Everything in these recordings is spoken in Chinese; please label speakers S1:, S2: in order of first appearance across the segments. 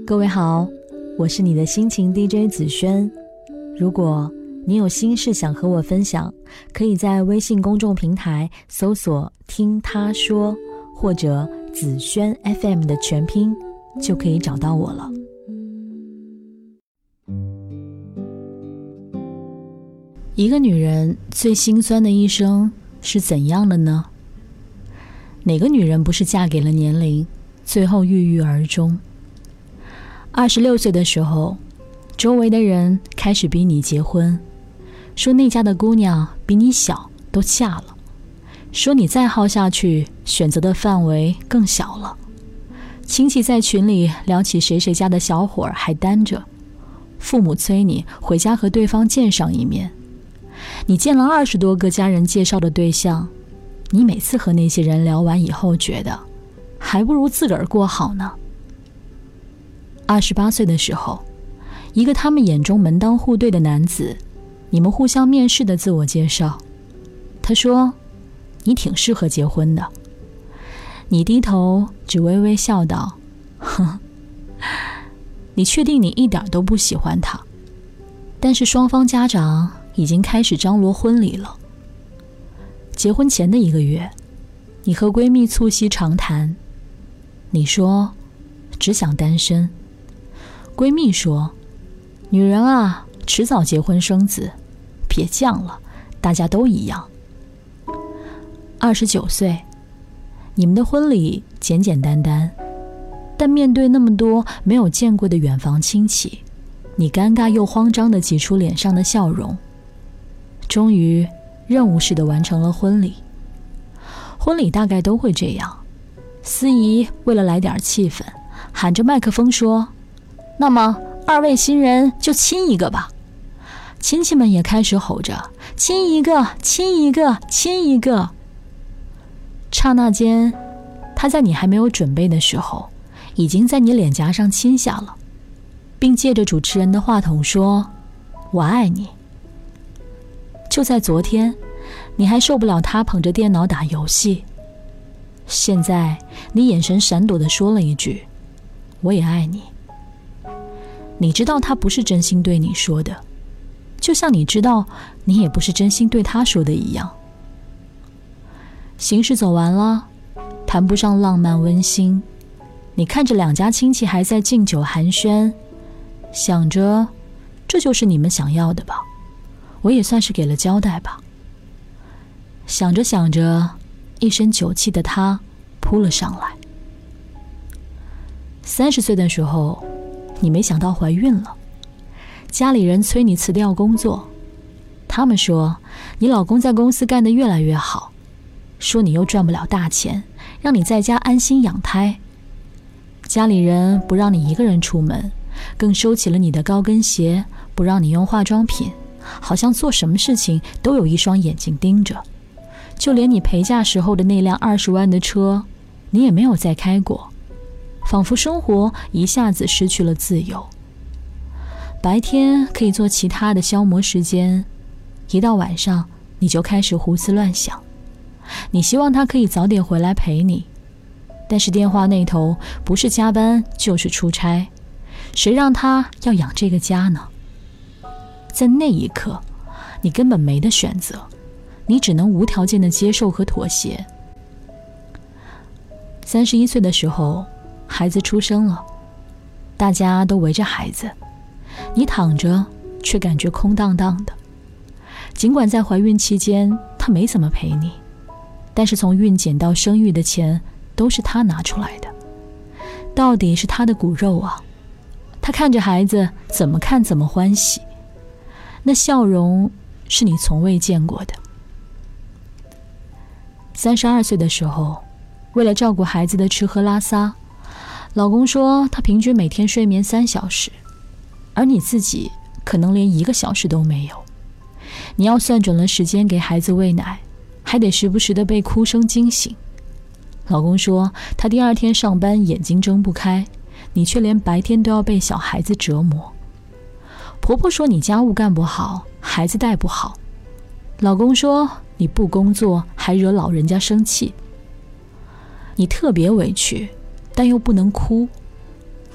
S1: 各位好，我是你的心情 DJ 子轩。如果你有心事想和我分享，可以在微信公众平台搜索听他说或者子轩 FM 的全拼，就可以找到我了。一个女人最心酸的一生是怎样的呢？哪个女人不是嫁给了年龄，最后郁郁而终？26岁的时候，周围的人开始逼你结婚，说那家的姑娘比你小都嫁了，说你再耗下去，选择的范围更小了。亲戚在群里聊起谁谁家的小伙儿还单着，父母催你回家和对方见上一面。你见了20多个家人介绍的对象，你每次和那些人聊完以后，觉得还不如自个儿过好呢。28岁的时候，一个他们眼中门当户对的男子，你们互相面试的自我介绍，他说你挺适合结婚的。你低头只微微笑道，哼，你确定你一点都不喜欢他？但是双方家长已经开始张罗婚礼了。结婚前的1个月，你和闺蜜促膝长谈，你说只想单身，闺蜜说女人啊，迟早结婚生子，别犟了，大家都一样。29岁，你们的婚礼简简单单，但面对那么多没有见过的远房亲戚，你尴尬又慌张地挤出脸上的笑容，终于任务似的完成了婚礼。婚礼大概都会这样，司仪为了来点气氛，喊着麦克风说，那么2位新人就亲一个吧。亲戚们也开始吼着，亲一个，亲一个，亲一个。刹那间，他在你还没有准备的时候，已经在你脸颊上亲下了，并借着主持人的话筒说，我爱你。就在昨天，你还受不了他捧着电脑打游戏，现在你眼神闪躲地说了一句，我也爱你。你知道他不是真心对你说的，就像你知道你也不是真心对他说的一样。形式走完了，谈不上浪漫温馨，你看着2家亲戚还在敬酒寒暄，想着这就是你们想要的吧，我也算是给了交代吧。想着想着，一身酒气的他扑了上来。30岁的时候，你没想到怀孕了，家里人催你辞掉工作，他们说你老公在公司干得越来越好，说你又赚不了大钱，让你在家安心养胎。家里人不让你一个人出门，更收起了你的高跟鞋，不让你用化妆品，好像做什么事情都有一双眼睛盯着。就连你陪嫁时候的那辆20万的车，你也没有再开过，仿佛生活一下子失去了自由。白天可以做其他的消磨时间，一到晚上你就开始胡思乱想。你希望他可以早点回来陪你，但是电话那头不是加班就是出差，谁让他要养这个家呢？在那一刻，你根本没得选择，你只能无条件的接受和妥协。31岁的时候，孩子出生了，大家都围着孩子，你躺着却感觉空荡荡的。尽管在怀孕期间他没怎么陪你，但是从孕检到生育的钱都是他拿出来的，到底是他的骨肉啊。他看着孩子怎么看怎么欢喜，那笑容是你从未见过的。32岁的时候，为了照顾孩子的吃喝拉撒，老公说他平均每天睡眠3小时，而你自己可能连1个小时都没有。你要算准了时间给孩子喂奶，还得时不时的被哭声惊醒。老公说他第2天上班眼睛睁不开，你却连白天都要被小孩子折磨。婆婆说你家务干不好，孩子带不好。老公说你不工作还惹老人家生气。你特别委屈，但又不能哭，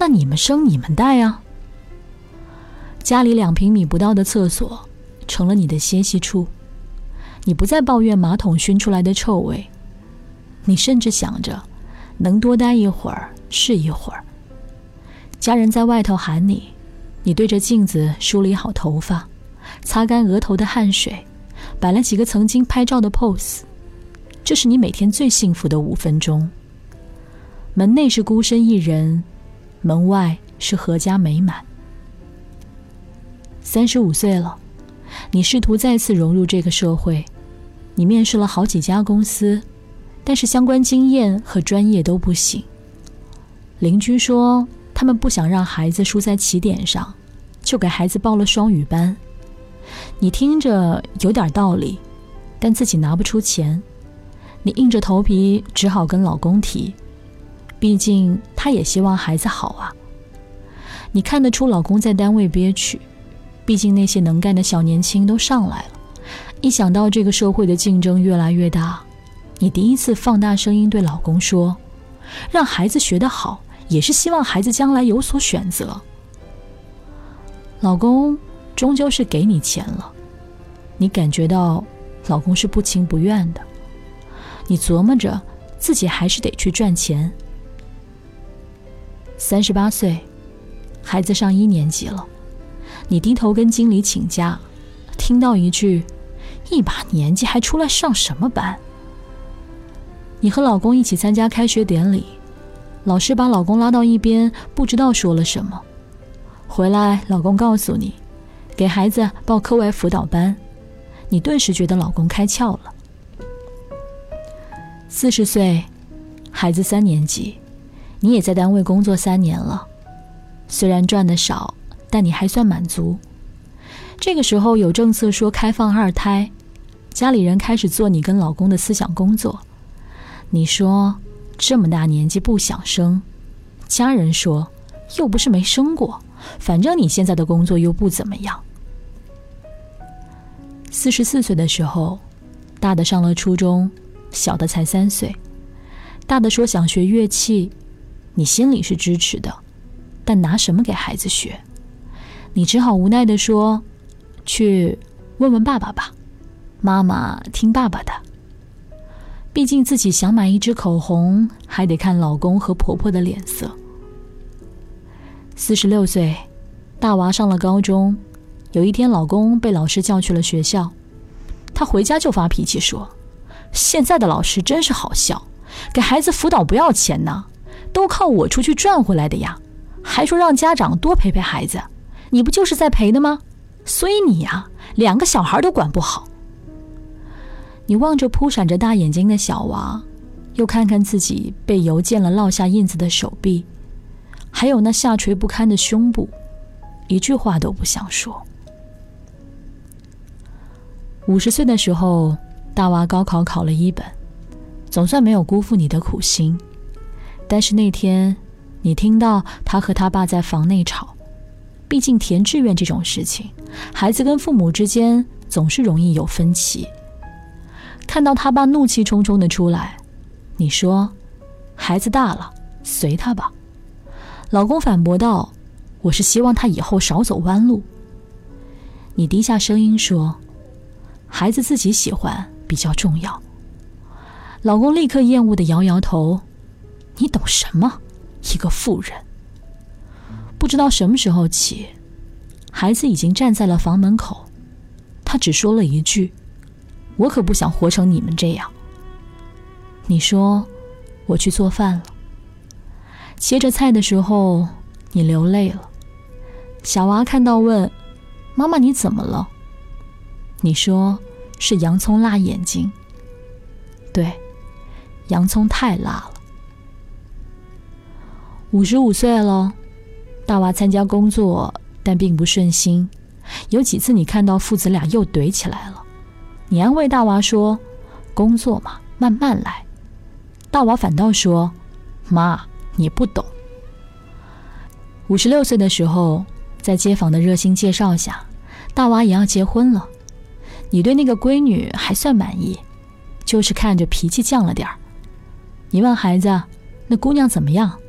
S1: 那你们生你们带啊。家里2平米不到的厕所成了你的歇息处，你不再抱怨马桶熏出来的臭味，你甚至想着能多待一会儿是一会儿。家人在外头喊你，你对着镜子梳理好头发，擦干额头的汗水，摆了几个曾经拍照的 pose。 这是你每天最幸福的5分钟。门内是孤身一人，门外是阖家美满。35岁了，你试图再次融入这个社会，你面试了好几家公司，但是相关经验和专业都不行。邻居说他们不想让孩子输在起点上，就给孩子报了双语班。你听着有点道理，但自己拿不出钱，你硬着头皮只好跟老公提，毕竟他也希望孩子好啊。你看得出老公在单位憋屈，毕竟那些能干的小年轻都上来了，一想到这个社会的竞争越来越大，你第一次放大声音对老公说，让孩子学得好也是希望孩子将来有所选择。老公终究是给你钱了，你感觉到老公是不情不愿的，你琢磨着自己还是得去赚钱。38岁，孩子上1年级了，你低头跟经理请假，听到一句，一把年纪还出来上什么班。你和老公一起参加开学典礼，老师把老公拉到一边，不知道说了什么。回来老公告诉你，给孩子报课外辅导班，你顿时觉得老公开窍了。40岁，孩子3年级，你也在单位工作3年了，虽然赚得少，但你还算满足。这个时候有政策说开放2胎，家里人开始做你跟老公的思想工作。你说这么大年纪不想生，家人说又不是没生过，反正你现在的工作又不怎么样。44岁的时候，大的上了初中，小的才3岁。大的说想学乐器，你心里是支持的，但拿什么给孩子学？你只好无奈地说，去问问爸爸吧，妈妈听爸爸的。毕竟自己想买一支口红，还得看老公和婆婆的脸色。46岁，大娃上了高中，有一天老公被老师叫去了学校，他回家就发脾气说，现在的老师真是好笑，给孩子辅导不要钱呢，都靠我出去赚回来的呀，还说让家长多陪陪孩子，你不就是在陪的吗？所以你呀，2个小孩都管不好。你望着扑闪着大眼睛的小娃，又看看自己被油溅了烙下印子的手臂，还有那下垂不堪的胸部，一句话都不想说。50岁的时候，大娃高考考了1本，总算没有辜负你的苦心。但是那天你听到他和他爸在房内吵，毕竟填志愿这种事情，孩子跟父母之间总是容易有分歧。看到他爸怒气冲冲地出来，你说孩子大了，随他吧。老公反驳道，我是希望他以后少走弯路。你低下声音说，孩子自己喜欢比较重要。老公立刻厌恶地摇摇头，你懂什么？一个妇人。不知道什么时候起，孩子已经站在了房门口，他只说了一句，我可不想活成你们这样。你说，我去做饭了。切着菜的时候，你流泪了。小娃看到问，妈妈你怎么了？你说，是洋葱辣眼睛。对，洋葱太辣了。55岁了，大娃参加工作，但并不顺心。有几次你看到父子俩又怼起来了，你安慰大娃说，工作嘛，慢慢来。大娃反倒说，妈，你不懂。56岁的时候，在街坊的热心介绍下，大娃也要结婚了。你对那个闺女还算满意，就是看着脾气犟了点儿。你问孩子，那姑娘怎么样？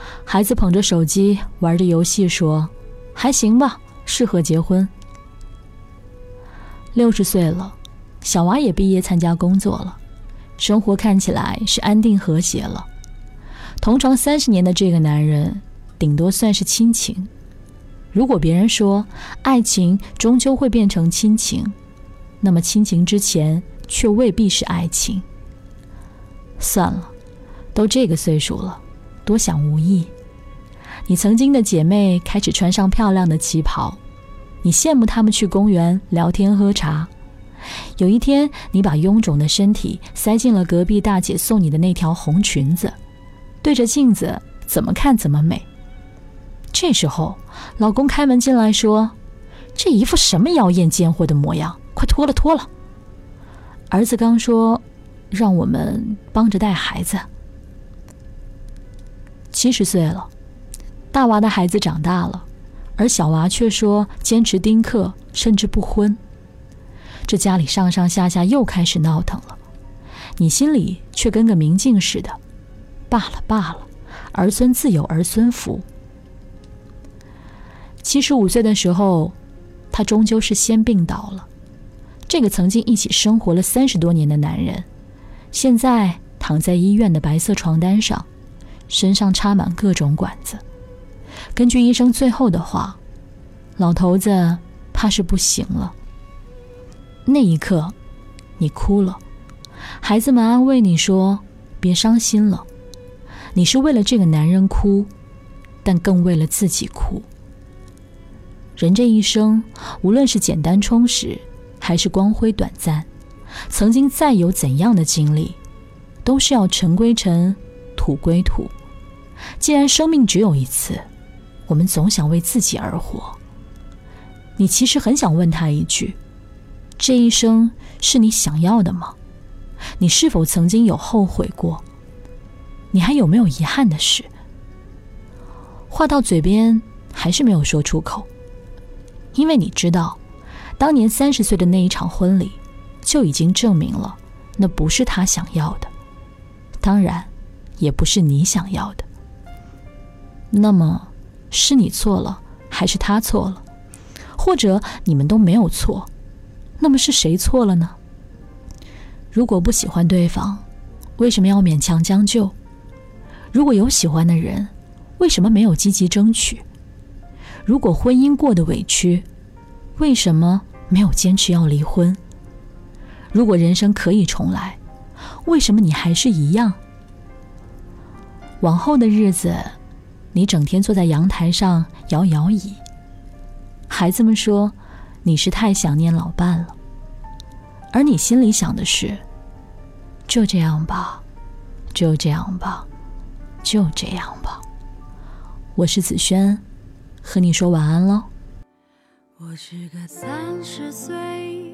S1: 孩子捧着手机玩着游戏说，还行吧，适合结婚。60岁了，小娃也毕业参加工作了，生活看起来是安定和谐了。同床30年的这个男人顶多算是亲情，如果别人说爱情终究会变成亲情，那么亲情之前却未必是爱情。算了，都这个岁数了，多想无益。你曾经的姐妹开始穿上漂亮的旗袍，你羡慕她们去公园聊天喝茶。有一天，你把臃肿的身体塞进了隔壁大姐送你的那条红裙子，对着镜子怎么看怎么美。这时候，老公开门进来说，这一副什么妖艳贱货的模样，快脱了脱了。儿子刚说让我们帮着带孩子。70岁了，大娃的孩子长大了，而小娃却说坚持丁克，甚至不婚。这家里上上下下又开始闹腾了，你心里却跟个明镜似的，罢了罢了，儿孙自有儿孙福。75岁的时候，他终究是先病倒了。这个曾经一起生活了30多年的男人，现在躺在医院的白色床单上，身上插满各种管子。根据医生最后的话，老头子怕是不行了。那一刻，你哭了，孩子们安慰你说，别伤心了。你是为了这个男人哭，但更为了自己哭。人这一生，无论是简单充实，还是光辉短暂，曾经再有怎样的经历，都是要尘归尘，土归土。既然生命只有一次，我们总想为自己而活。你其实很想问他一句，这一生是你想要的吗？你是否曾经有后悔过？你还有没有遗憾的事？话到嘴边还是没有说出口，因为你知道，当年30岁的那一场婚礼就已经证明了那不是他想要的，当然也不是你想要的。那么是你错了，还是他错了？或者你们都没有错，那么是谁错了呢？如果不喜欢对方，为什么要勉强将就？如果有喜欢的人，为什么没有积极争取？如果婚姻过得委屈，为什么没有坚持要离婚？如果人生可以重来，为什么你还是一样？往后的日子，你整天坐在阳台上摇摇椅。孩子们说你是太想念老伴了，而你心里想的是，就这样吧，就这样吧，就这样吧。我是子轩，和你说晚安咯。
S2: 我是个30岁，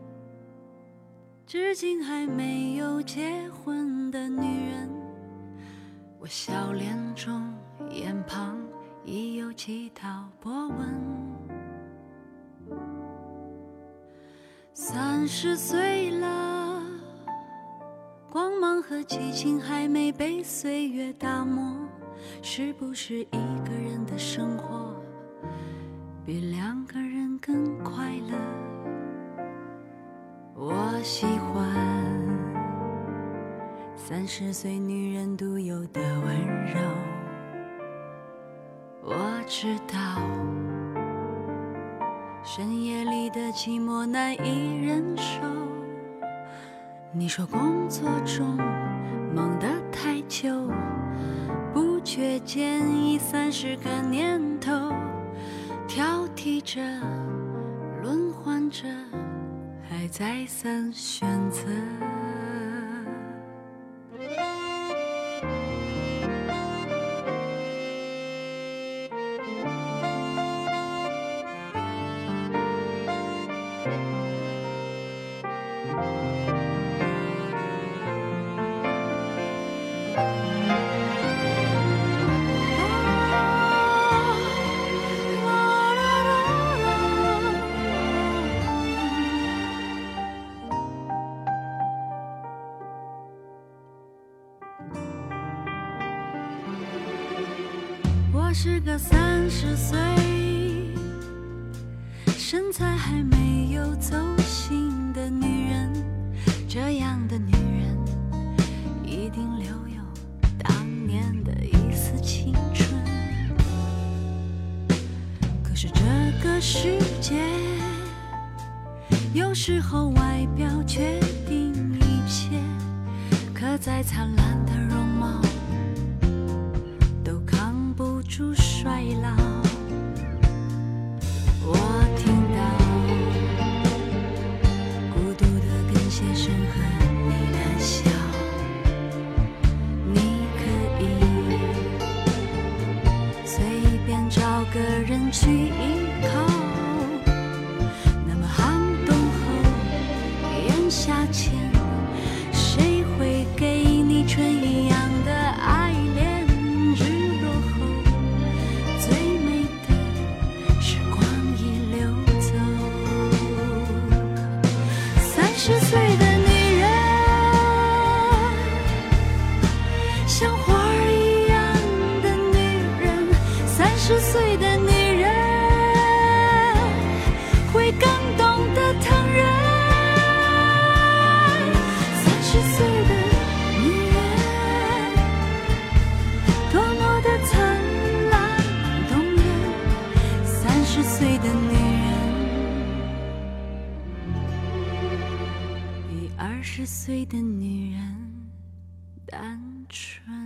S2: 至今还没有结婚的女人。我笑脸中眼旁已有几道波纹。30岁了，光芒和激情还没被岁月打磨，是不是一个人的生活比2个人更快乐？我喜欢30岁女人独有的温柔，我知道深夜里的寂寞难以忍受。你说工作中忙得太久，不觉间已30个年头，挑剔着轮换着，还再三选择。 是个30岁，身材还没有走形的女人，这样的女人一定留有当年的一丝青春。可是这个世界有时候外表决定一切，可再灿烂的容貌都扛不住衰老。我听到孤独的跟鞋声和你的笑，你可以随便找个人去依靠，那么寒冬后炎夏前，谁会给你春一样的爱恋？日落后最美的时光已流走。30岁的女人像花儿一样的女人，30岁的女人会更懂得疼人。30岁的女人多么的灿烂动人，30岁的女人比20岁的女人单纯。